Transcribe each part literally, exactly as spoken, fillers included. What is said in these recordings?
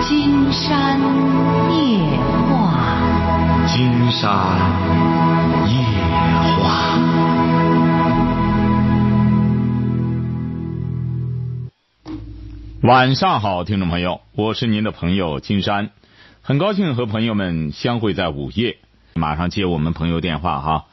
金山夜话， 金山夜话。晚上好，听众朋友，我是您的朋友金山，很高兴和朋友们相会在午夜。马上接我们朋友电话哈。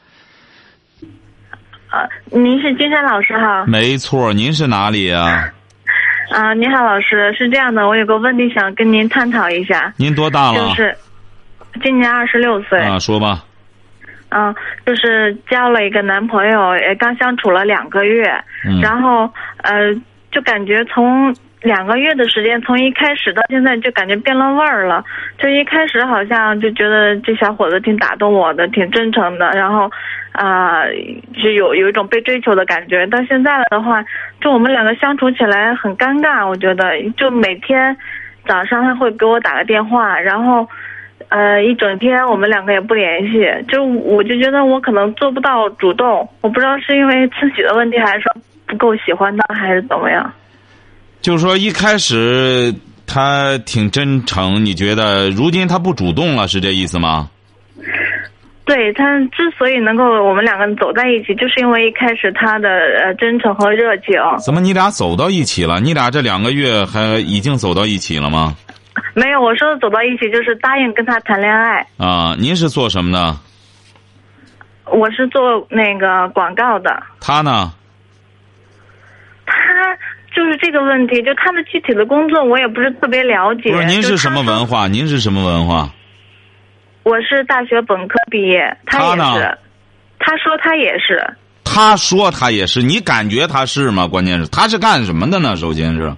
啊，您是金山老师哈？ 没错，您是哪里啊？ 啊，你好，老师，是这样的，我有个问题想跟您探讨一下。 您多大了？ 就是今年二十六岁。 啊，说吧。 嗯、啊，就是交了一个男朋友，也刚相处了两个月， 嗯、 然后呃，就感觉从两个月的时间，从一开始到现在就感觉变了味儿了。就一开始好像就觉得这小伙子挺打动我的，挺真诚的，然后啊、呃，就有有一种被追求的感觉。到现在了的话，就我们两个相处起来很尴尬，我觉得就每天早上他会给我打个电话，然后呃一整天我们两个也不联系，就我就觉得我可能做不到主动，我不知道是因为自己的问题，还是说不够喜欢他，还是怎么样。 就是说一开始他挺真诚，你觉得如今他不主动了，是这意思吗？ 对，他之所以能够我们两个人走在一起，就是因为一开始他的呃真诚和热情。 怎么你俩走到一起了？你俩这两个月还已经走到一起了吗？ 没有，我说的走到一起就是答应跟他谈恋爱。 啊，您是做什么的？ 我是做那个广告的。 他呢？ 他就是这个问题，就他的具体的工作我也不是特别了解。 不是，您是什么文化？您是什么文化？ 我是大学本科毕业，他也是。 他呢？ 他说他也是。 他说他也是，你感觉他是吗？关键是他是干什么的呢？首先是。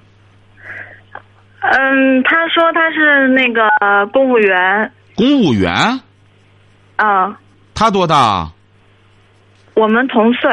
嗯，他说他是那个、呃、公务员。 公务员？ 啊。 他多大？ 我们同岁。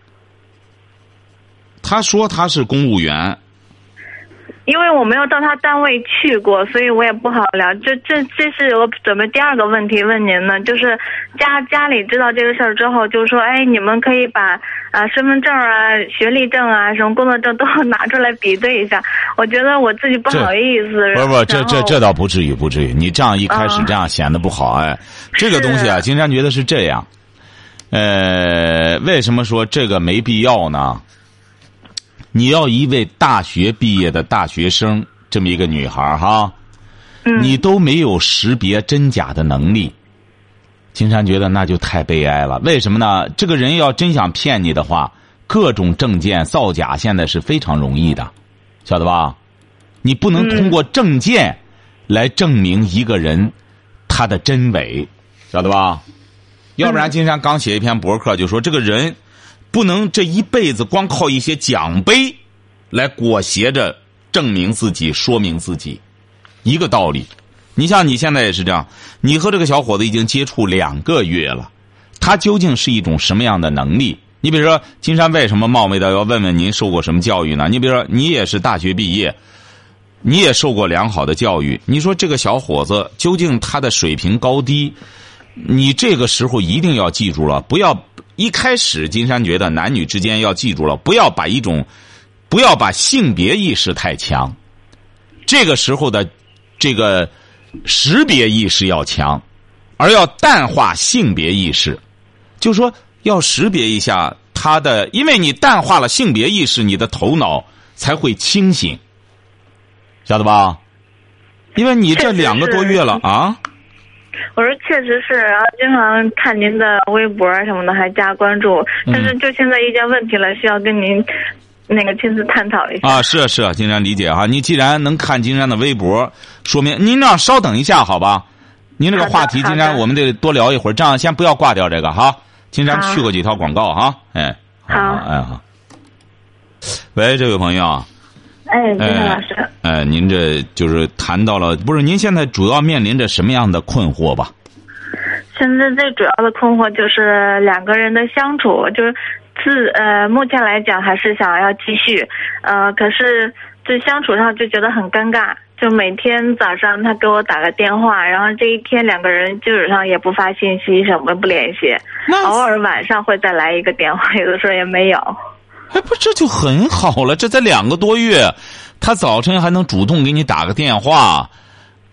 他说他是公务员。 因为我没有到他单位去过，所以我也不好聊。这这这是我准备第二个问题问您呢，就是家家里知道这个事儿之后，就说哎，你们可以把啊身份证啊、学历证啊、什么工作证都拿出来比对一下。我觉得我自己不好意思。 不不，这这这倒不至于，不至于。你这样一开始这样显得不好，嗯、哎，这个东西啊，金山觉得是这样。呃，为什么说这个没必要呢？你要一位大学毕业的大学生，这么一个女孩哈， 嗯、 你都没有识别真假的能力，金山觉得那就太悲哀了。为什么呢？这个人要真想骗你的话，各种证件造假现在是非常容易的，晓得吧？你不能通过证件来证明一个人他的真伪，晓得吧？要不然金山刚写一篇博客就说这个人不能这一辈子光靠一些奖杯来裹挟着证明自己、说明自己，一个道理。你像你现在也是这样，你和这个小伙子已经接触两个月了，他究竟是一种什么样的能力？你比如说，金山为什么冒昧的要问问您受过什么教育呢？你比如说，你也是大学毕业，你也受过良好的教育，你说这个小伙子究竟他的水平高低？你这个时候一定要记住了，不要一开始金山觉得男女之间要记住了，不要把一种不要把性别意识太强，这个时候的这个识别意识要强，而要淡化性别意识，就是说要识别一下他的，因为你淡化了性别意识，你的头脑才会清醒，晓得吧？因为你这两个多月了啊。 我说确实是，然后经常看您的微博什么的，还加关注。但是就现在一件问题了，需要跟您那个亲自探讨一下。 啊，是啊是啊，金山理解哈。你既然能看金山的微博，说明您这样稍等一下好吧？您这个话题，金山我们得多聊一会儿，这样先不要挂掉这个哈。金山去过几条广告哈，哎， 好， 哎好。喂，这位朋友。 哎，金山老师。 哎，您这就是谈到了，不是您现在主要面临着什么样的困惑吧？ 现在最主要的困惑就是两个人的相处，就是自呃，目前来讲还是想要继续，呃，可是在相处上就觉得很尴尬。就每天早上他给我打个电话，然后这一天两个人基本上也不发信息，什么不联系，偶尔晚上会再来一个电话，有的时候也没有。 哎，不，这就很好了。这才两个多月，他早晨还能主动给你打个电话，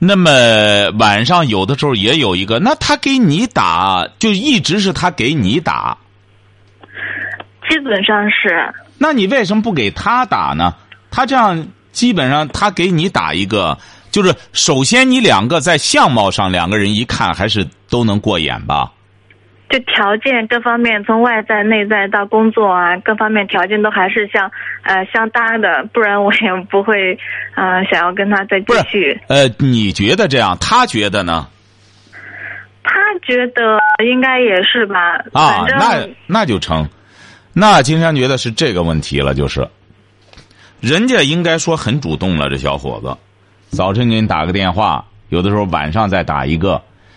那么晚上有的时候也有一个，那他给你打，就一直是他给你打。 基本上是。 那你为什么不给他打呢？他这样基本上他给你打一个，就是首先你两个在相貌上两个人一看还是都能过眼吧？ 就条件各方面，从外在、内在到工作啊，各方面条件都还是相呃相搭的，不然我也不会呃想要跟他再继续。 呃，你觉得这样，他觉得呢？ 他觉得应该也是吧。 啊，那那就成。那金山觉得是这个问题了，就是人家应该说很主动了，这小伙子早晨给你打个电话，有的时候晚上再打一个，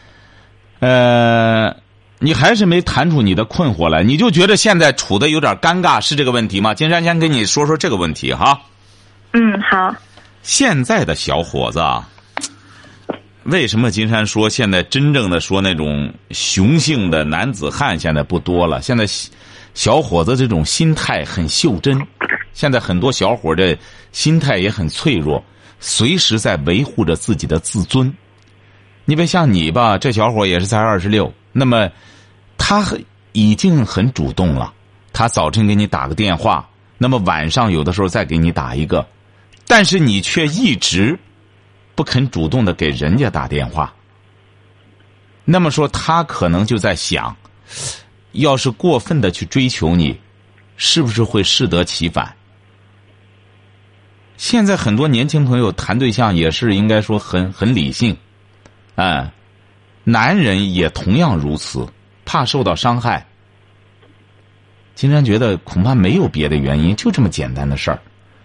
呃。你还是没谈出你的困惑来，你就觉得现在处的有点尴尬，是这个问题吗？金山先跟你说说这个问题哈。 嗯，好。 现在的小伙子啊，为什么金山说现在真正的说那种雄性的男子汉现在不多了？现在小伙子这种心态很袖珍，现在很多小伙的心态也很脆弱，随时在维护着自己的自尊。你别像你吧，这小伙也是才二十六，那么他已经很主动了。他早晨给你打个电话，那么晚上有的时候再给你打一个，但是你却一直不肯主动的给人家打电话。那么说他可能就在想，要是过分的去追求你，是不是会适得其反？现在很多年轻朋友谈对象也是应该说很很理性。嗯，男人也同样如此，怕受到伤害。金山觉得恐怕没有别的原因，就这么简单的事儿。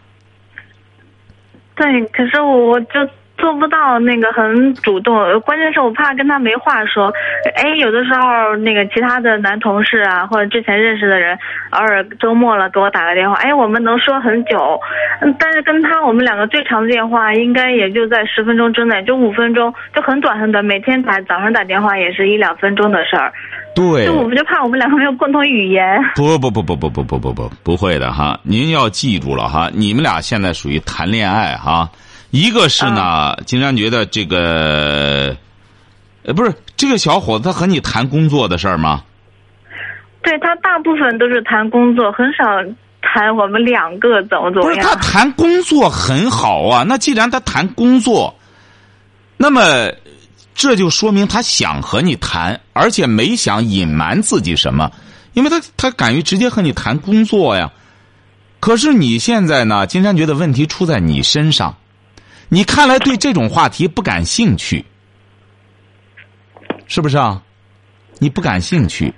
对，可是我就做不到那个很主动，关键是我怕跟他没话说。哎，有的时候那个其他的男同事啊，或者之前认识的人，偶尔周末了给我打个电话，哎，我们能说很久。但是跟他我们两个最长的电话应该也就在十分钟之内，就五分钟，就很短很短。每天打早上打电话也是一两分钟的事儿。 对， 就我们就怕我们两个没有共同语言。 不不不不不不不不不不会的哈，您要记住了哈，你们俩现在属于谈恋爱哈。一个是呢，金山觉得这个，呃，不是这个小伙子，他和你谈工作的事儿吗？ 对，他大部分都是谈工作，很少谈我们两个怎么怎么样。 不是，他谈工作很好啊。那既然他谈工作，那么这就说明他想和你谈，而且没想隐瞒自己什么，因为他他敢于直接和你谈工作呀。可是你现在呢，金山觉得问题出在你身上。你看来对这种话题不感兴趣，是不是啊？你不感兴趣。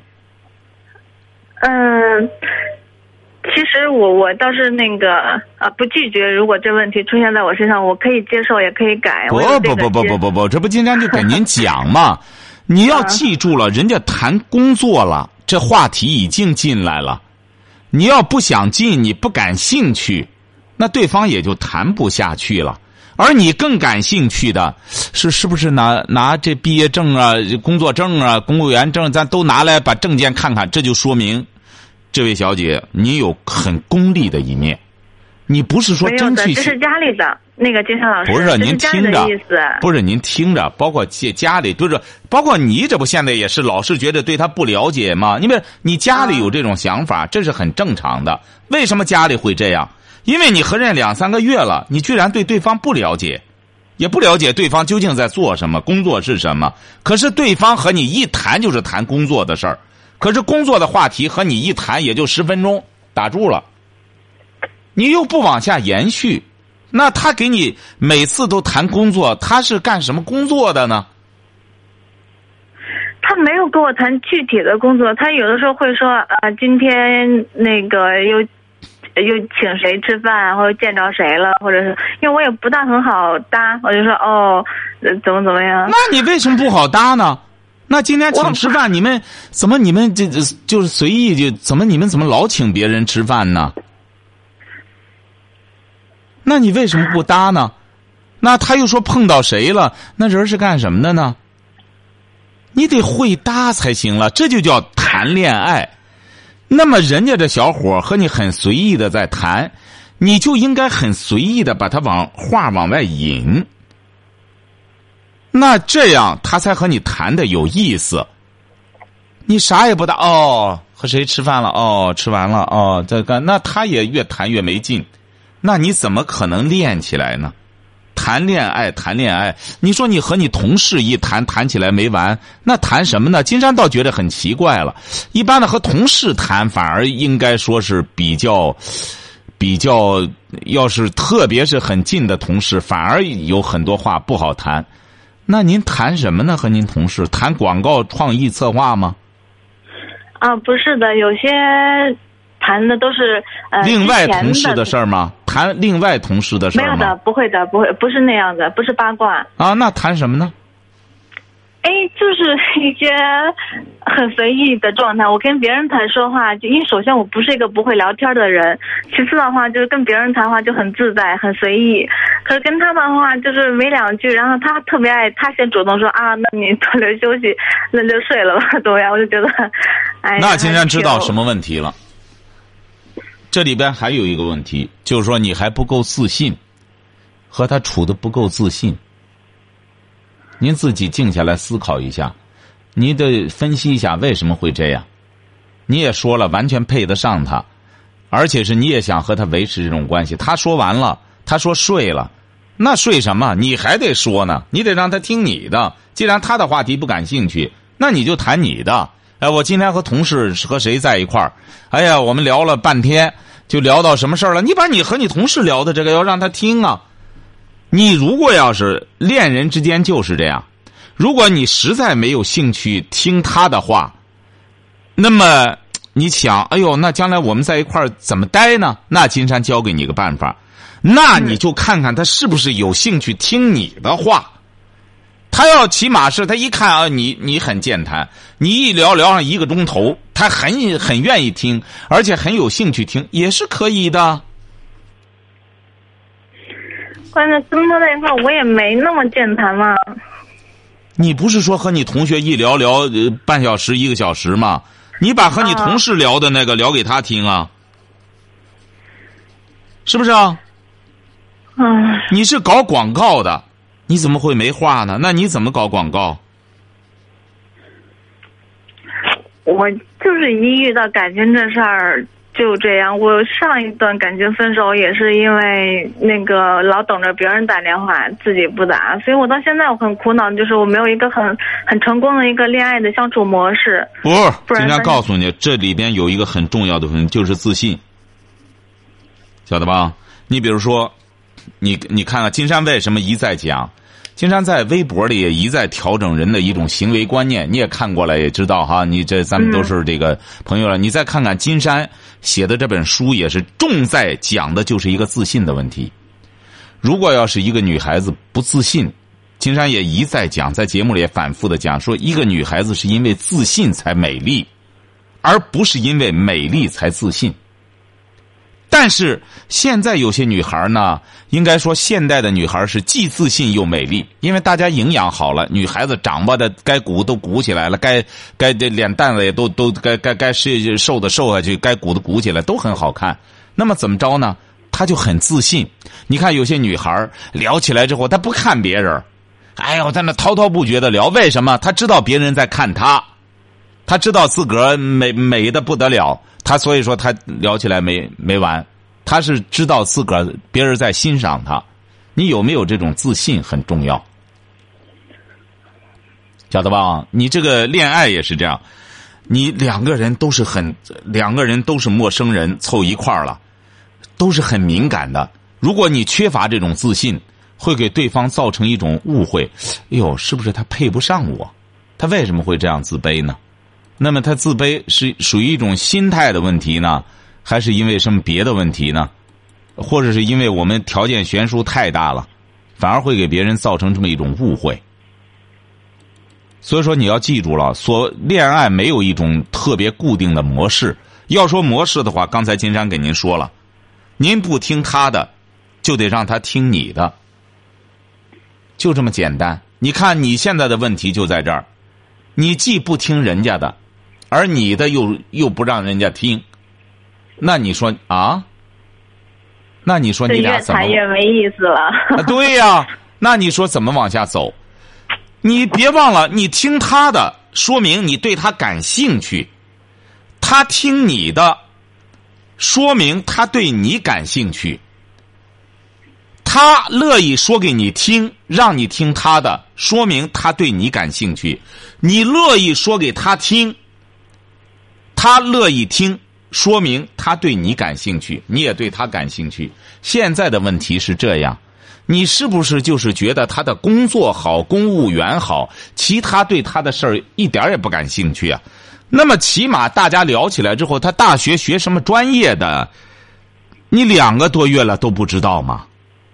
嗯，其实我我倒是那个啊，不拒绝。如果这问题出现在我身上，我可以接受，也可以改。 不不不不不不不，这不金山就给您讲嘛。你要记住了，人家谈工作了，这话题已经进来了。你要不想进，你不感兴趣，那对方也就谈不下去了。而你更感兴趣的是，是不是拿拿这毕业证啊、工作证啊、公务员证，咱都拿来把证件看看，这就说明，这位小姐，你有很功利的一面，你不是说真去。 这是家里的那个金山老师。 不是您听着，不是您听着，包括家里，就是包括你，这不现在也是老是觉得对他不了解吗？因为你家里有这种想法，这是很正常的。为什么家里会这样？因为你和人两三个月了，你居然对对方不了解，也不了解对方究竟在做什么，工作是什么。可是对方和你一谈就是谈工作的事儿，可是工作的话题和你一谈也就十分钟打住了，你又不往下延续。那他给你每次都谈工作，他是干什么工作的呢？ 他没有跟我谈具体的工作，他有的时候会说呃，今天那个又又请谁吃饭，或者见着谁了，或者是因为我也不大很好搭，我就说哦，怎么怎么样？ 那你为什么不好搭呢？那今天请吃饭，你们怎么你们这就是随意就怎么你们怎么老请别人吃饭呢？那你为什么不搭呢？那他又说碰到谁了？那人是干什么的呢？你得会搭才行了，这就叫谈恋爱。那么人家这小伙和你很随意的在谈，你就应该很随意的把他往话往外引。 那这样他才和你谈的有意思。你啥也不答，哦，和谁吃饭了？哦，吃完了。哦，这个，那他也越谈越没劲。那你怎么可能练起来呢？谈恋爱，谈恋爱，你说你和你同事一谈谈起来没完，那谈什么呢？金山倒觉得很奇怪了。一般的和同事谈，反而应该说是比较，比较，要是特别是很近的同事，反而有很多话不好谈。那您谈什么呢？和您同事谈广告创意策划吗？ 啊，不是的，有些谈的都是呃另外同事的事儿吗？谈另外同事的事儿吗？ 没有的，不会的，不会，不是那样的，不是八卦啊。那谈什么呢？ 哎，就是一些很随意的状态。我跟别人谈说话，就因为首先我不是一个不会聊天的人，其次的话就是跟别人谈话就很自在很随意。可是跟他们的话就是没两句，然后他特别爱，他先主动说啊，那你多留休息，那就睡了吧，怎么样？我就觉得，哎， 那金山知道什么问题了？这里边还有一个问题，就是说你还不够自信，和他处的不够自信。您自己静下来思考一下，你得分析一下为什么会这样。你也说了，完全配得上他，而且是你也想和他维持这种关系。他说完了，他说睡了，那睡什么？你还得说呢，你得让他听你的。既然他的话题不感兴趣，那你就谈你的。哎，我今天和同事和谁在一块儿？哎呀，我们聊了半天，就聊到什么事儿了？你把你和你同事聊的这个要让他听啊。你如果要是恋人之间就是这样，如果你实在没有兴趣听他的话，那么你想，哎呦，那将来我们在一块儿怎么待呢？那金山教给你个办法，那你就看看他是不是有兴趣听你的话。他要起码是他一看啊，你你很健谈，你一聊聊上一个钟头，他很很愿意听，而且很有兴趣听，也是可以的。 关键跟他在一块儿，我也没那么健谈嘛。 你不是说和你同学一聊聊、呃、半小时一个小时吗？你把和你同事聊的那个聊给他听啊，是不是啊？ 嗯。 你是搞广告的，你怎么会没话呢？那你怎么搞广告？ 我就是一遇到感情这事儿就这样。我上一段感情分手也是因为那个老等着别人打电话，自己不打，所以我到现在我很苦恼，就是我没有一个很很成功的一个恋爱的相处模式。 不是，经常告诉你，这里边有一个很重要的问题，就是自信，晓得吧？你比如说，你你看看金山为什么一再讲，金山在微博里也一再调整人的一种行为观念，你也看过了，也知道哈。你这咱们都是这个朋友了，嗯、你再看看金山写的这本书，也是重在讲的就是一个自信的问题。如果要是一个女孩子不自信，金山也一再讲，在节目里也反复的讲，说一个女孩子是因为自信才美丽，而不是因为美丽才自信。但是现在有些女孩呢，应该说现代的女孩是既自信又美丽，因为大家营养好了，女孩子长吧的该鼓都鼓起来了，该该这脸蛋子也都都该该该是瘦的瘦下去，该鼓的鼓起来，都很好看。那么怎么着呢？她就很自信。你看有些女孩聊起来之后，她不看别人，哎呦，在那滔滔不绝的聊，为什么？她知道别人在看她，她知道自个儿美美的不得了。他所以说他聊起来没没完，他是知道自个儿别人在欣赏他，你有没有这种自信很重要，晓得吧？你这个恋爱也是这样，你两个人都是很两个人都是陌生人凑一块儿了，都是很敏感的。如果你缺乏这种自信，会给对方造成一种误会，哎呦，是不是他配不上我？他为什么会这样自卑呢？那么他自卑是属于一种心态的问题呢，还是因为什么别的问题呢？或者是因为我们条件悬殊太大了，反而会给别人造成这么一种误会。所以说你要记住了，所恋爱没有一种特别固定的模式。要说模式的话，刚才金山给您说了，您不听他的，就得让他听你的，就这么简单。你看你现在的问题就在这儿，你既不听人家的，而你的又又不让人家听，那你说啊？那你说你俩怎么？ 越谈越没意思了。 啊，对呀、啊，那你说怎么往下走？ 你别忘了，你听他的，说明你对他感兴趣；他听你的，说明他对你感兴趣。他乐意说给你听，让你听他的，说明他对你感兴趣。你乐意说给他听，他乐意听，说明他对你感兴趣，你也对他感兴趣。现在的问题是这样，你是不是就是觉得他的工作好，公务员好，其他对他的事儿一点也不感兴趣啊？那么起码大家聊起来之后，他大学学什么专业的，你两个多月了都不知道吗？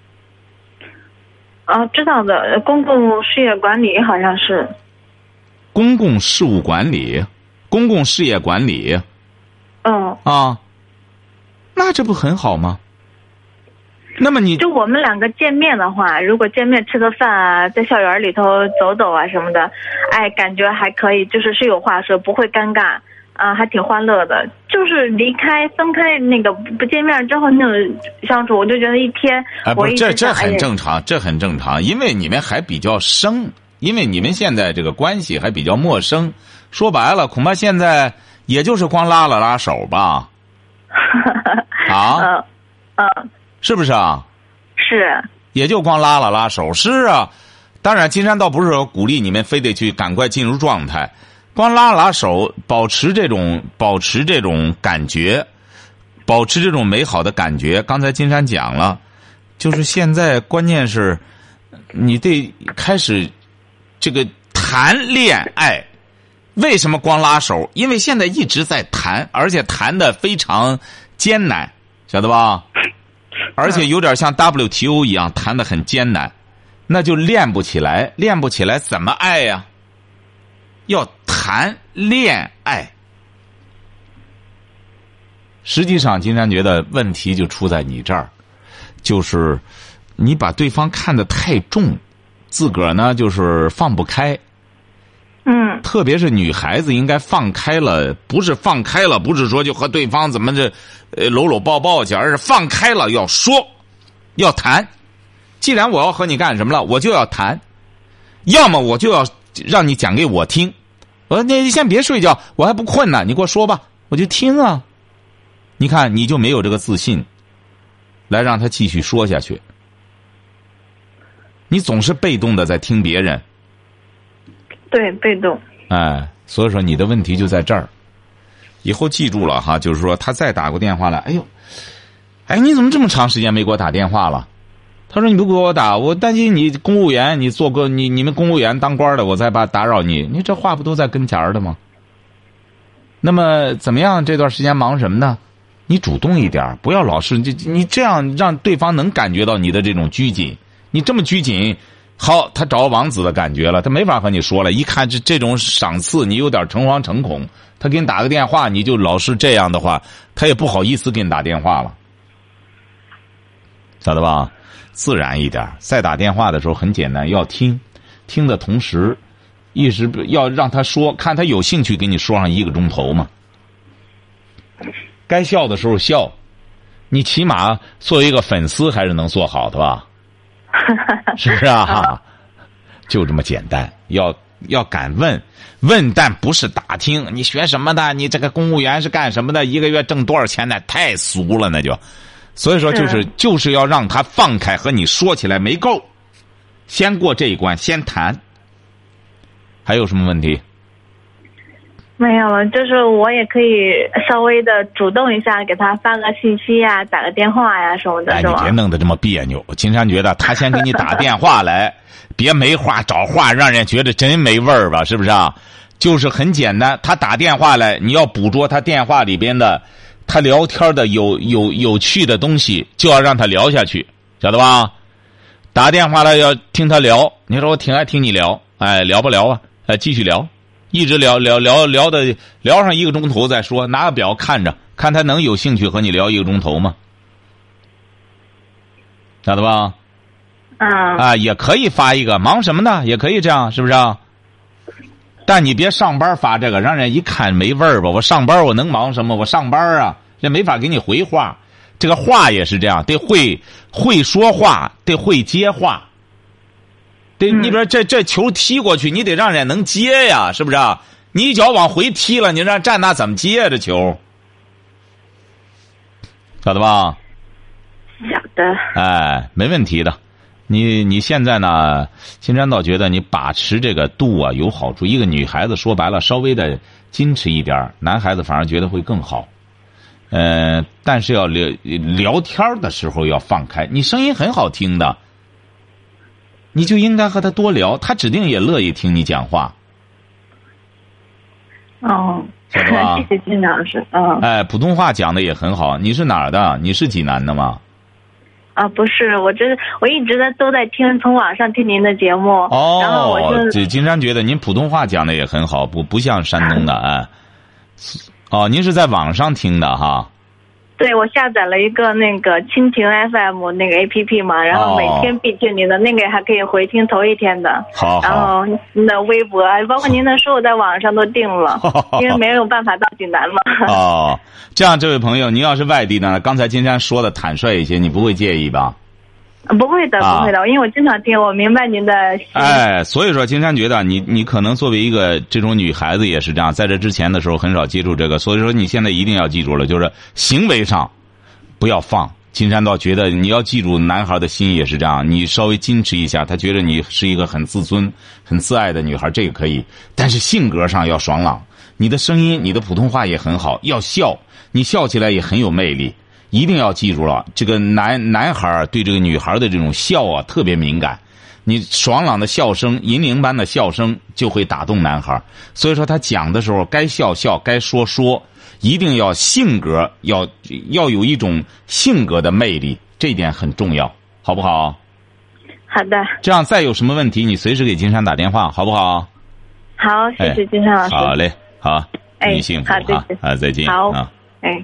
啊，知道的，公共事业管理好像是。 公共事务管理，公共事业管理。 嗯。 啊，那这不很好吗？那么你就我们两个见面的话，如果见面吃个饭啊，在校园里头走走啊什么的，哎，感觉还可以，就是是有话说，不会尴尬啊，还挺欢乐的。就是离开分开那个不见面之后那种相处，我就觉得一天， 哎，不是，这这很正常， 常，这很正常，因为你们还比较生，因为你们现在这个关系还比较陌生。说白了，恐怕现在也就是光拉了拉手吧。啊？ 嗯嗯。 是不是啊？ 是。 也就光拉了拉手，是啊。当然，金山倒不是说鼓励你们非得去赶快进入状态，光拉了拉手，保持这种保持这种感觉，保持这种美好的感觉。刚才金山讲了，就是现在关键是，你得开始这个谈恋爱。为什么光拉手？因为现在一直在谈，而且谈的非常艰难，晓得吧？而且有点像 W T O 一样，谈得很艰难，那就练不起来，练不起来怎么爱呀？要谈恋爱。实际上，金山觉得问题就出在你这儿，就是你把对方看得太重，自个儿呢就是放不开。 嗯， 特别是女孩子应该放开了，不是放开了，不是说就和对方怎么这，呃，搂搂抱抱去，而是放开了要说，要谈。既然我要和你干什么了，我就要谈，要么我就要让你讲给我听。我说那你先别睡觉，我还不困呢，你给我说吧，我就听啊。你看你就没有这个自信，来让他继续说下去。你总是被动的在听别人。 对，被动。 哎，所以说你的问题就在这儿。以后记住了哈，就是说他再打过电话来，哎呦，哎，你怎么这么长时间没给我打电话了？他说你不给我打，我担心你公务员，你做个你你们公务员当官的，我再把打扰你，你这话不都在跟前儿的吗？那么怎么样？这段时间忙什么呢？你主动一点，不要老是你你这样让对方能感觉到你的这种拘谨。你这么拘谨。好，他找王子的感觉了，他没法和你说了。一看这这种赏赐，你有点诚惶诚恐。他给你打个电话，你就老是这样的话，他也不好意思给你打电话了，晓得吧？自然一点。再打电话的时候很简单，要听，听的同时，一直要让他说，看他有兴趣给你说上一个钟头嘛。该笑的时候笑，你起码作为一个粉丝还是能做好的吧？是不是啊？就这么简单，要要敢问问，但不是打听你学什么的，你这个公务员是干什么的，一个月挣多少钱的，太俗了那就。所以说就是就是要让他放开和你说起来没够，先过这一关，先谈。还有什么问题？ 没有了，就是我也可以稍微的主动一下，给他发个信息呀、打个电话呀什么的， 哎， 是吧？ 你别弄得这么别扭。金山觉得他先给你打电话来，别没话找话，让人觉得真没味儿吧？是不是啊？就是很简单，他打电话来，你要捕捉他电话里边的，他聊天的有有有趣的东西，就要让他聊下去，晓得吧？打电话来要听他聊，你说我挺爱听你聊，哎，聊不聊啊？哎，继续聊。一直聊聊聊聊的聊上一个钟头再说，拿个表看着，看他能有兴趣和你聊一个钟头吗？晓得吧？ 嗯。 啊，也可以发一个，忙什么呢？也可以这样，是不是啊？但你别上班发这个，让人一看没味儿吧。我上班我能忙什么？我上班啊，这没法给你回话。这个话也是这样，得会会说话，得会接话。 对，你比如这这球踢过去，你得让人能接呀，是不是啊？你一脚往回踢了，你让站那怎么接这球？晓得吧？ 晓得。 哎，没问题的。你你现在呢？金山倒觉得你把持这个度啊有好处。一个女孩子说白了，稍微的矜持一点，男孩子反而觉得会更好。呃，但是要聊聊天的时候要放开。你声音很好听的，你就应该和他多聊，他指定也乐意听你讲话。 哦， 晓得吧？ 谢谢金老师。嗯。 哎，普通话讲的也很好。你是哪儿的？你是济南的吗？ 啊，不是，我这我一直在都在听，从网上听您的节目。 哦， 然后我是这金山觉得您普通话讲的也很好，不不像山东的哎。哦，您是在网上听的哈？ 对，我下载了一个那个蜻蜓 F M 那个 A P P 嘛，然后每天必听您的，那个还可以回听头一天的。 好好。 然后您的微博，包括您的书，我在网上都订了，因为没有办法到济南嘛。 哦，这样，这位朋友，您要是外地的，刚才金山说的坦率一些，你不会介意吧？ 不会的，不会的，啊、因为我经常听，我明白您的。 哎，所以说，金山觉得你你可能作为一个这种女孩子也是这样，在这之前的时候很少接触这个，所以说你现在一定要记住了，就是行为上不要放。金山倒觉得你要记住，男孩的心也是这样，你稍微矜持一下，他觉得你是一个很自尊、很自爱的女孩，这个可以，但是性格上要爽朗。你的声音，你的普通话也很好，要笑，你笑起来也很有魅力。一定要记住了，这个男男孩对这个女孩的这种笑啊特别敏感，你爽朗的笑声、银铃般的笑声就会打动男孩。所以说他讲的时候该笑笑，该说说，一定要性格要要有一种性格的魅力，这一点很重要，好不好？ 好的。 这样再有什么问题，你随时给金山打电话，好不好？ 好，谢谢金山老师。 好嘞，好， 哎， 你幸福好， 哈，啊，再见。 好， 啊， 哎。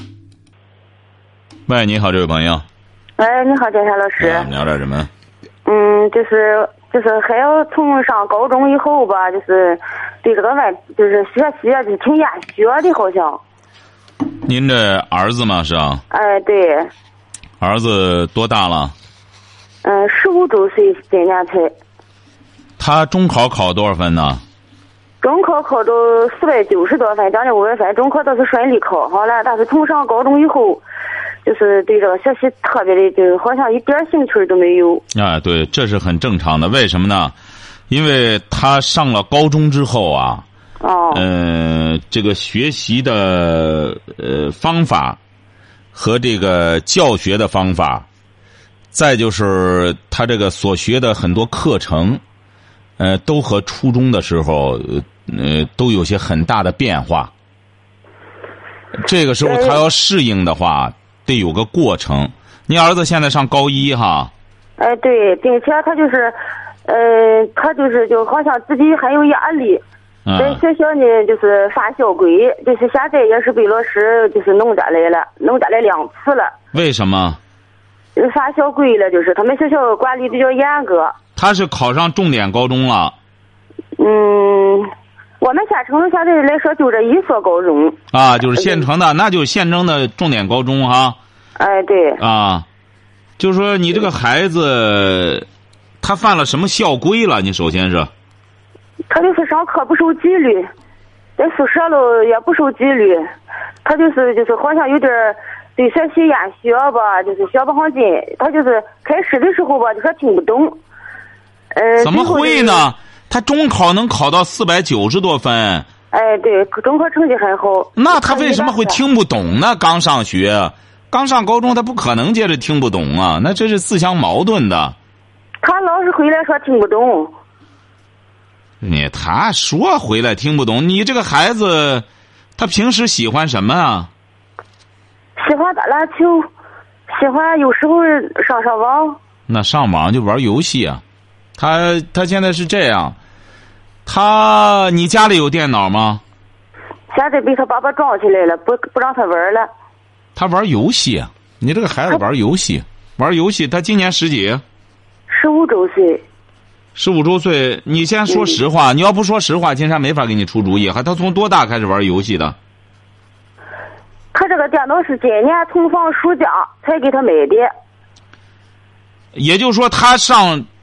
喂，你好，这位朋友。 喂，你好，金山老师。 我们聊点什么？ 嗯，就是就是还要从上高中以后吧，就是对这个外就是学习啊，就挺厌学的，好像。 您的儿子吗？是啊。 哎，对。 儿子多大了？ 嗯，十五周岁，今年才。 他中考考多少分呢？ 中考考到四百九十多分，将近五百分。中考倒是顺利考好了，但是从上高中以后，就是对这个学习特别的，就好像一点兴趣都没有。 啊，对，这是很正常的。为什么呢？因为他上了高中之后啊， 哦， 呃，这个学习的呃方法和这个教学的方法，再就是他这个所学的很多课程。呃，都和初中的时候，呃，都有些很大的变化。这个时候他要适应的话，得有个过程。你儿子现在上高一哈？ 哎，对，并且他就是，呃，他就是就好像自己很有压力， 嗯、 在学校呢就是犯校规，就是现在也是被老师就是弄下来了，弄下来两次了。 为什么？ 犯校规了，就是他们学校管理比较严格。 他是考上重点高中了。 嗯，我们县城现在来说就这一所高中。 啊，就是县城的，那就是县城的重点高中哈。 哎，对。 啊，就是说你这个孩子，他犯了什么校规了？你首先是。 他就是上课不守纪律，在宿舍喽也不守纪律，他就是就是好像有点对学习厌学吧，就是学不上劲。他就是开始的时候吧，就说听不懂。呃， 怎么会呢？他中考能考到四百九十多分。 哎，对，中考成绩很好。 那他为什么会听不懂呢？刚上学，刚上高中，他不可能接着听不懂啊！那这是自相矛盾的。 他老是回来说听不懂。 你他说回来听不懂，你这个孩子，他平时喜欢什么啊？ 喜欢打篮球，喜欢有时候上上网。 那上网就玩游戏啊？他他现在是这样，他你家里有电脑吗？ 现在被他爸爸装起来了，不不让他玩了。 他玩游戏啊？你这个孩子玩游戏，玩游戏，他今年十几？ 十五周岁。 十五周岁，你先说实话，嗯、你要不说实话，金山没法给你出主意。还他从多大开始玩游戏的？ 他这个电脑是今年从放暑假才给他买的。 也就是说，他上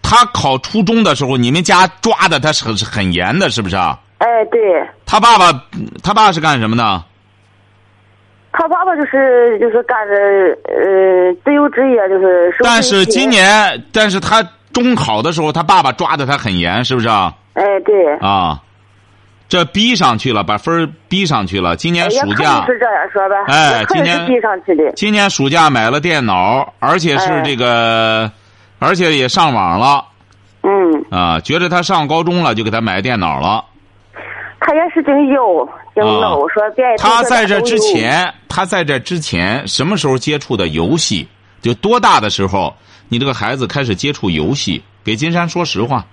他考初中的时候，你们家抓的他是很很严的，是不是啊？ 哎，对。 他爸爸，他爸是干什么的？ 他爸爸就是就是干着呃自由职业，就是收。 但是今年，但是他中考的时候，他爸爸抓的他很严，是不是啊？ 哎，对。 啊，这逼上去了，把分儿逼上去了。今年暑假是这样说吧？ 哎，今年逼上去的。 今年暑假买了电脑，而且是这个，哎、而且也上网了。 嗯。 啊，觉得他上高中了，就给他买电脑了。 他也是挺悠，挺漏、啊，说别。 他在这之前，他在这之前什么时候接触的游戏？就多大的时候，你这个孩子开始接触游戏？给金山说实话。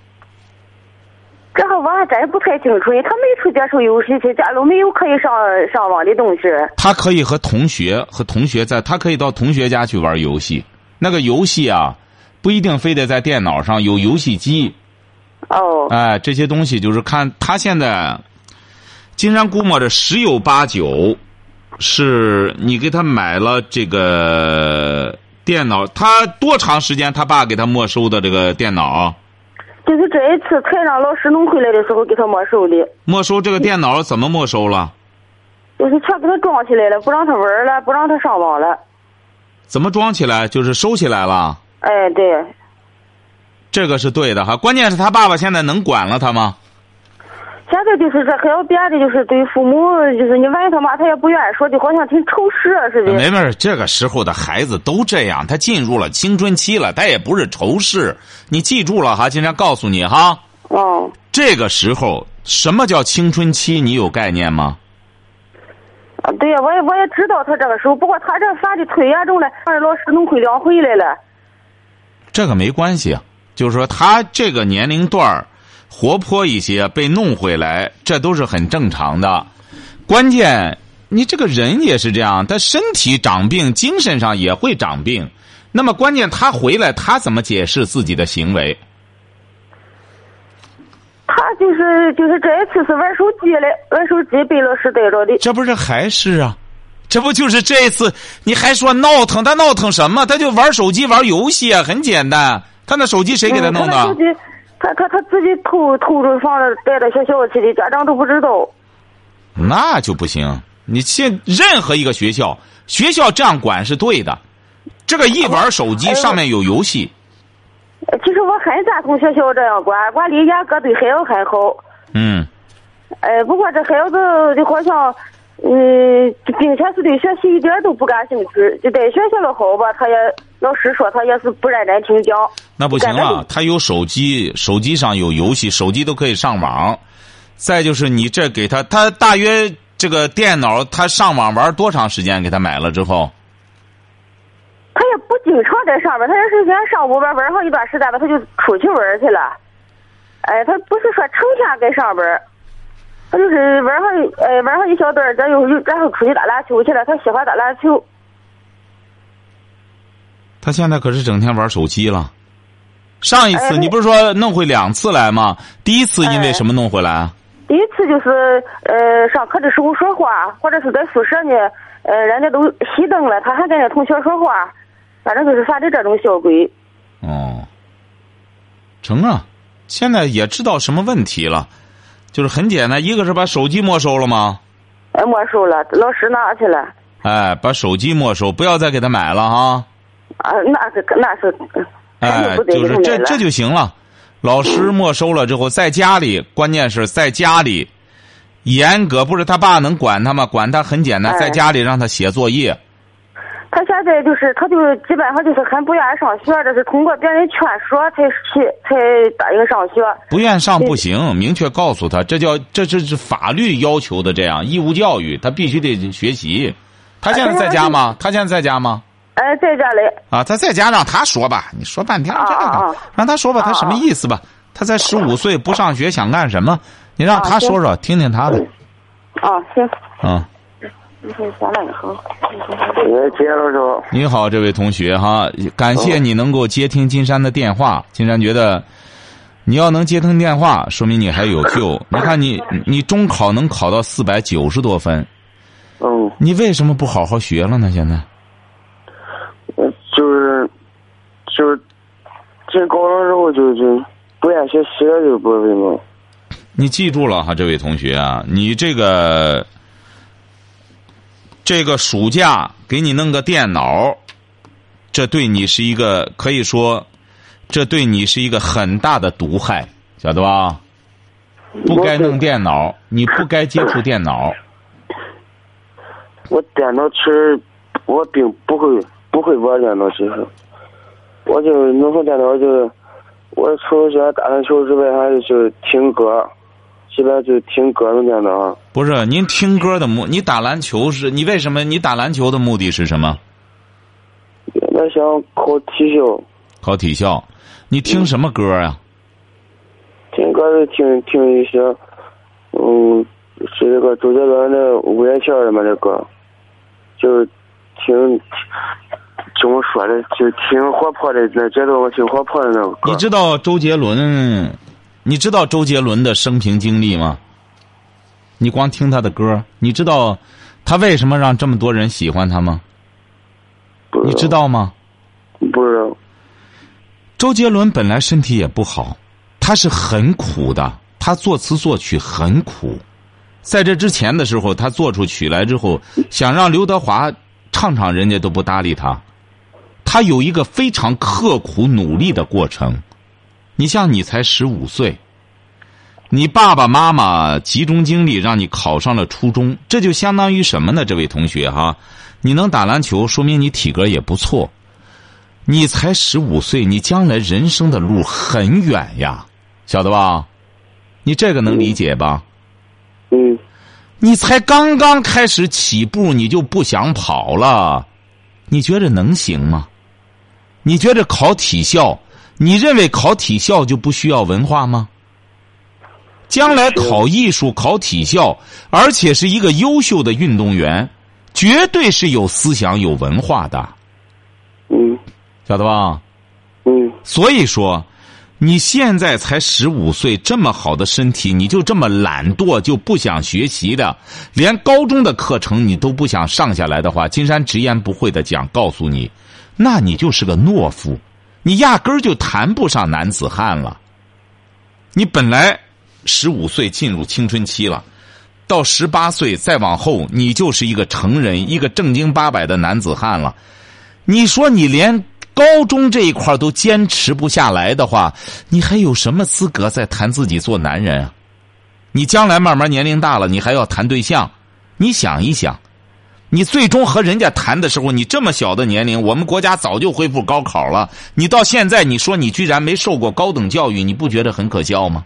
这个我还真不太清楚，他没处接触游戏去，家里没有可以上上网的东西。 他可以和同学和同学在，他可以到同学家去玩游戏。那个游戏啊，不一定非得在电脑上，有游戏机。 哦， 哎，这些东西就是看他现在，金山估摸着十有八九，是你给他买了这个电脑，他多长时间他爸给他没收的这个电脑？ 就是这一次才让老师弄回来的时候给他没收的。 没收这个电脑怎么没收了？ 就是全给他装起来了，不让他玩了，不让他上网了。 怎么装起来？就是收起来了。 哎，对。 这个是对的哈，关键是他爸爸现在能管了他吗？ 现在就是这还有别的，就是对父母，就是你问他嘛，他也不愿意说，就好像挺仇视似的。 没没，这个时候的孩子都这样，他进入了青春期了，他也不是仇视。你记住了哈，经常告诉你哈。 哦。 这个时候什么叫青春期？你有概念吗？ 啊，对呀，我也我也知道他这个时候，不过他这犯的忒严重了，让老师弄回两回来了。 这个没关系啊。就是说，他这个年龄段活泼一些，被弄回来，这都是很正常的。关键，你这个人也是这样，他身体长病，精神上也会长病。那么，关键他回来，他怎么解释自己的行为？ 他就是就是这一次是玩手机嘞，玩手机被老师逮着的。 这不是还是啊？这不就是这一次？你还说闹腾？他闹腾什么？他就玩手机、玩游戏啊，很简单。他那手机谁给他弄的？ 嗯、他他他自己偷偷着放着带到学校去的，家长都不知道。 那就不行。你现任何一个学校，学校这样管是对的。这个一玩手机上面有游戏。 哎、其实我很赞同学校这样管，管理严格，对孩子很好。 嗯。 哎，不过这孩子就好像。嗯，并且是对学习一点都不感兴趣，就在学校的好吧，他也老师说他也是不认真听讲。 那不行了，他有手机，手机上有游戏，手机都可以上网。再就是你这给他，他大约这个电脑他上网玩多长时间？给他买了之后， 他也不经常在上面，他也是先上午玩玩好一段时间吧，他就出去玩去了。哎，他不是说成天在上边。他就是玩上呃玩上一小段，这又然后出去打篮球去了。他喜欢打篮球。 他现在可是整天玩手机了。上一次、哎、你不是说弄回两次来吗？第一次因为什么弄回来啊？ 第一次就是呃上课的时候说话，或者是在宿舍呢，呃人家都熄灯了，他还跟那同学说话，反正就是犯的这种小鬼。 哦，成啊，现在也知道什么问题了。就是很简单，一个是把手机没收了吗？ 哎，没收了，老师拿去了。 哎，把手机没收，不要再给他买了哈。 啊，那是那是。 哎，就是这这就行了。老师没收了之后，在家里，关键是在家里，严格不是他爸能管他吗？管他很简单，在家里让他写作业。 他现在就是，他就基本上就是很不愿意上学，这是通过别人劝说才去才答应上学。 不愿上不行，明确告诉他，这叫这这是法律要求的，这样义务教育，他必须得学习。他现在在家吗？他现在在家吗？ 哎，在家里。 啊，他在家让他说吧，你说半天这个， 啊啊、 让他说吧，他什么意思吧？他才十五岁，不上学想干什么？你让他说说，听听他的。 啊，行。 啊。 你先下来好。 我接了说。 你好，这位同学哈，感谢你能够接听金山的电话。金山觉得，你要能接听电话，说明你还有救。你看你，你中考能考到四百九十多分。 嗯。 你为什么不好好学了呢？现在？ 就是，就是， 进高中之后就就不愿学习了，就不知道为什么。 你记住了哈，这位同学啊，你这个这个暑假给你弄个电脑，这对你是一个可以说，这对你是一个很大的毒害，晓得吧？不该弄电脑，你不该接触电脑。 我电脑其实我并不会不会玩电脑，其实我就弄上电脑就我除了打篮球之外，还是听歌。基本上就听歌的电脑。 不是，您听歌的目，你打篮球是，你为什么？你打篮球的目的是什么？ 我想考体校。 考体校，你听什么歌呀、 嗯？听歌是听听一些，嗯，是这个周杰伦的《五月天》里面的歌，就听，怎么说的？就听活泼的，那节奏我听活泼的那个歌。 你知道周杰伦？你知道周杰伦的生平经历吗？你光听他的歌，你知道他为什么让这么多人喜欢他吗？你知道吗？ 不知道。 周杰伦本来身体也不好，他是很苦的，他作词作曲很苦。在这之前的时候，他做出曲来之后，想让刘德华唱唱，人家都不搭理他。他有一个非常刻苦努力的过程。你像你才十五岁，你爸爸妈妈集中精力让你考上了初中，这就相当于什么呢？这位同学哈，你能打篮球，说明你体格也不错。你才十五岁，你将来人生的路很远呀，晓得吧？你这个能理解吧？ 嗯。 你才刚刚开始起步，你就不想跑了，你觉得能行吗？你觉得考体校？你认为考体校就不需要文化吗？将来考艺术、考体校，而且是一个优秀的运动员，绝对是有思想、有文化的。 嗯， 晓得吧？ 嗯。 所以说，你现在才十五岁，这么好的身体，你就这么懒惰，就不想学习的，连高中的课程你都不想上下来的话，金山直言不讳的讲，告诉你，那你就是个懦夫。你压根儿就谈不上男子汉了。你本来十五岁进入青春期了，到十八岁再往后，你就是一个成人，一个正经八百的男子汉了。你说你连高中这一块都坚持不下来的话，你还有什么资格再谈自己做男人啊？你将来慢慢年龄大了，你还要谈对象，你想一想。你最终和人家谈的时候，你这么小的年龄，我们国家早就恢复高考了，你到现在你说你居然没受过高等教育，你不觉得很可笑吗？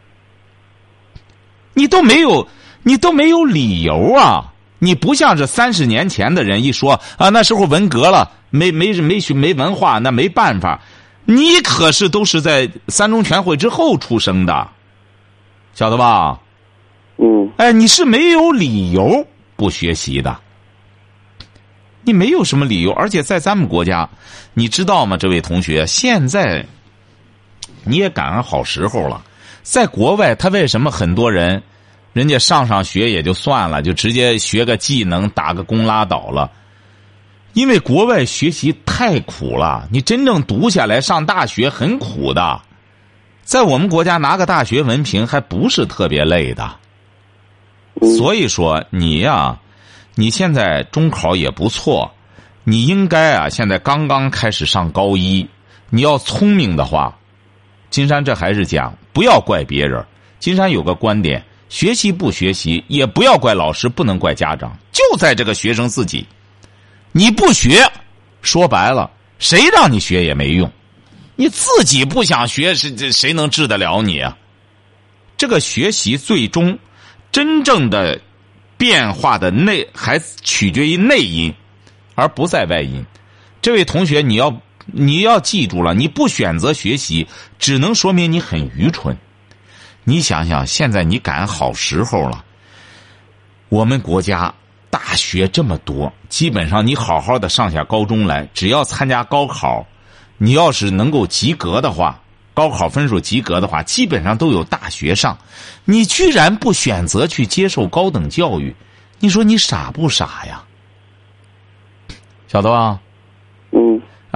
你都没有，你都没有理由啊！你不像是三十年前的人一说啊，那时候文革了，没没没学没文化，那没办法。你可是都是在三中全会之后出生的，晓得吧？ 嗯。 哎，你是没有理由不学习的。你没有什么理由，而且在咱们国家，你知道吗？这位同学，现在你也赶上好时候了。在国外，他为什么很多人，人家上上学也就算了，就直接学个技能，打个工拉倒了？因为国外学习太苦了，你真正读下来上大学很苦的。在我们国家拿个大学文凭还不是特别累的。所以说你呀，你现在中考也不错，你应该啊，现在刚刚开始上高一，你要聪明的话，金山这还是讲，不要怪别人。金山有个观点，学习不学习也不要怪老师，不能怪家长，就在这个学生自己。你不学，说白了，谁让你学也没用。你自己不想学，谁谁能治得了你啊？这个学习最终真正的变化的内还取决于内因，而不在外因。这位同学，你要你要记住了，你不选择学习，只能说明你很愚蠢。你想想，现在你赶好时候了，我们国家大学这么多，基本上你好好的上下高中来，只要参加高考，你要是能够及格的话，高考分数及格的话，基本上都有大学上。你居然不选择去接受高等教育，你说你傻不傻呀？晓得吧？ 嗯。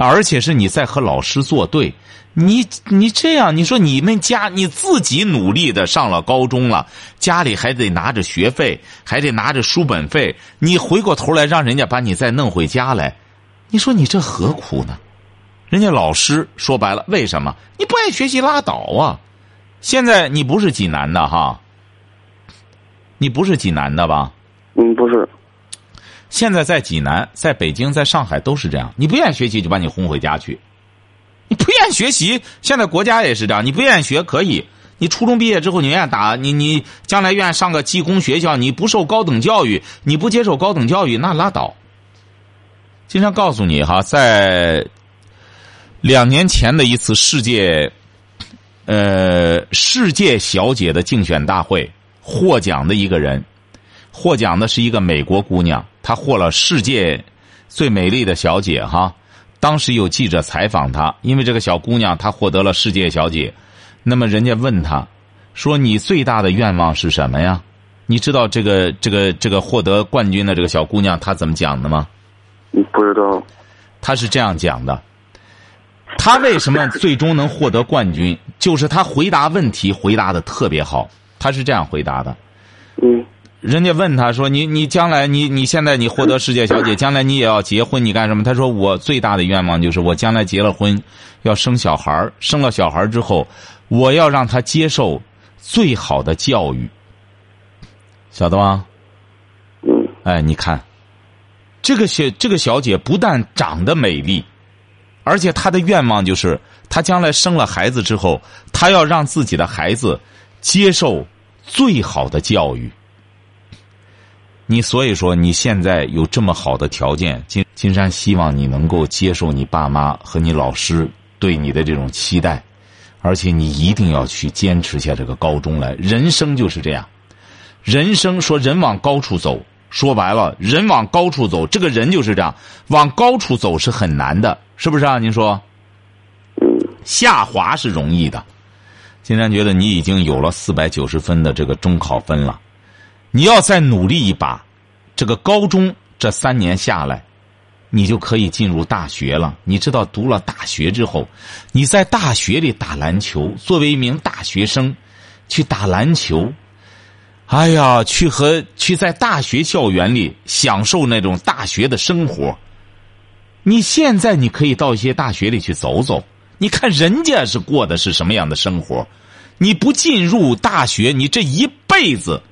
而且是你在和老师作对。你你这样，你说你们家你自己努力的上了高中了，家里还得拿着学费，还得拿着书本费，你回过头来让人家把你再弄回家来，你说你这何苦呢？人家老师说白了，为什么你不爱学习拉倒啊？现在你不是济南的哈，你不是济南的吧？ 嗯，不是。 现在在济南、在北京、在上海都是这样，你不愿意学习就把你轰回家去。你不愿意学习，现在国家也是这样，你不愿意学可以，你初中毕业之后你愿意打你你将来愿意上个技工学校，你不受高等教育，你不接受高等教育，那拉倒。经常告诉你哈，在两年前的一次世界呃世界小姐的竞选大会，获奖的一个人，获奖的是一个美国姑娘，她获了世界最美丽的小姐哈。当时有记者采访她，因为这个小姑娘她获得了世界小姐，那么人家问她说你最大的愿望是什么呀？你知道这个这个这个获得冠军的这个小姑娘她怎么讲的吗？ 不知道。 她是这样讲的，她为什么最终能获得冠军，就是她回答问题回答的特别好。她是这样回答的， 嗯， 人家问他说你你将来你你现在你获得世界小姐，将来你也要结婚，你干什么？他说我最大的愿望就是我将来结了婚要生小孩，生了小孩之后我要让他接受最好的教育，晓得吗？ 嗯， 哎，你看这个小这个小姐不但长得美丽，而且她的愿望就是她将来生了孩子之后，她要让自己的孩子接受最好的教育。你所以说你现在有这么好的条件，金金山希望你能够接受你爸妈和你老师对你的这种期待，而且你一定要去坚持下这个高中来。人生就是这样，人生说人往高处走，说白了人往高处走，这个人就是这样，往高处走是很难的，是不是啊？您说下滑是容易的。金山觉得你已经有了四百九十分的这个中考分了，你要再努力一把，这个高中这三年下来，你就可以进入大学了。你知道读了大学之后，你在大学里打篮球，作为一名大学生去打篮球，哎呀，去和去在大学校园里享受那种大学的生活。你现在你可以到一些大学里去走走，你看人家是过的是什么样的生活。你不进入大学，你这一辈子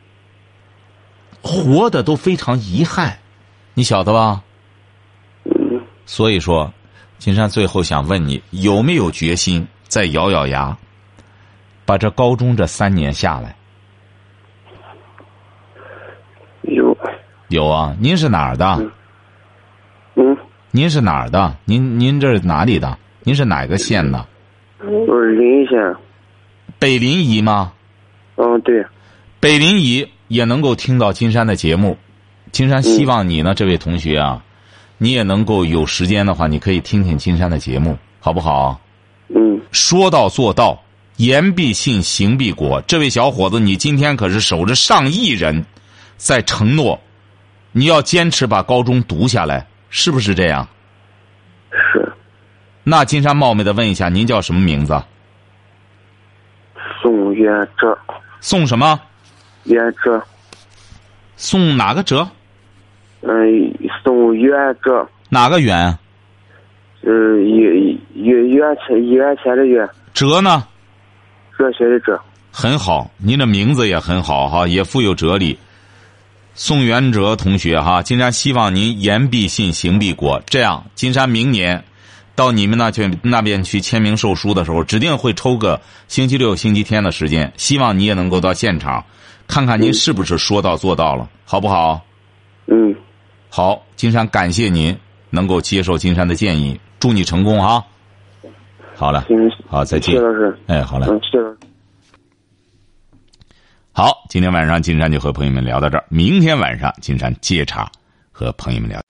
活的都非常遗憾，你晓得吧？所以说金山最后想问你，有没有决心再咬咬牙把这高中这三年下来？ 有有啊。您是哪儿的？ 嗯， 您是哪儿的？您您这是哪里的？您是哪个县的？ 我是临沂县。 北临沂吗？ 嗯，对。 北临沂也能够听到金山的节目，金山希望你呢，嗯、这位同学啊，你也能够有时间的话，你可以听听金山的节目，好不好？ 嗯。 说到做到，言必信，行必果。这位小伙子，你今天可是守着上亿人在承诺，你要坚持把高中读下来，是不是这样？ 是。 那金山冒昧的问一下，您叫什么名字？ 宋元哲。 宋什么？ 元哲。 宋哪个哲？ 嗯，宋元哲。 哪个元？ 呃，元元元钱元钱的元。 哲呢？ 哲学的哲。 很好，您的名字也很好哈，也富有哲理。宋元哲同学哈，金山希望您言必信，行必果。这样，金山明年到你们那去那边去签名售书的时候，指定会抽个星期六、星期天的时间，希望你也能够到现场，看看您是不是说到做到了，好不好？ 嗯。 好，金山感谢您能够接受金山的建议，祝你成功哈。好了，好，再见。 谢老师。 哎，好了。 嗯，谢老师。 好，今天晚上金山就和朋友们聊到这儿，明天晚上金山接茬和朋友们聊。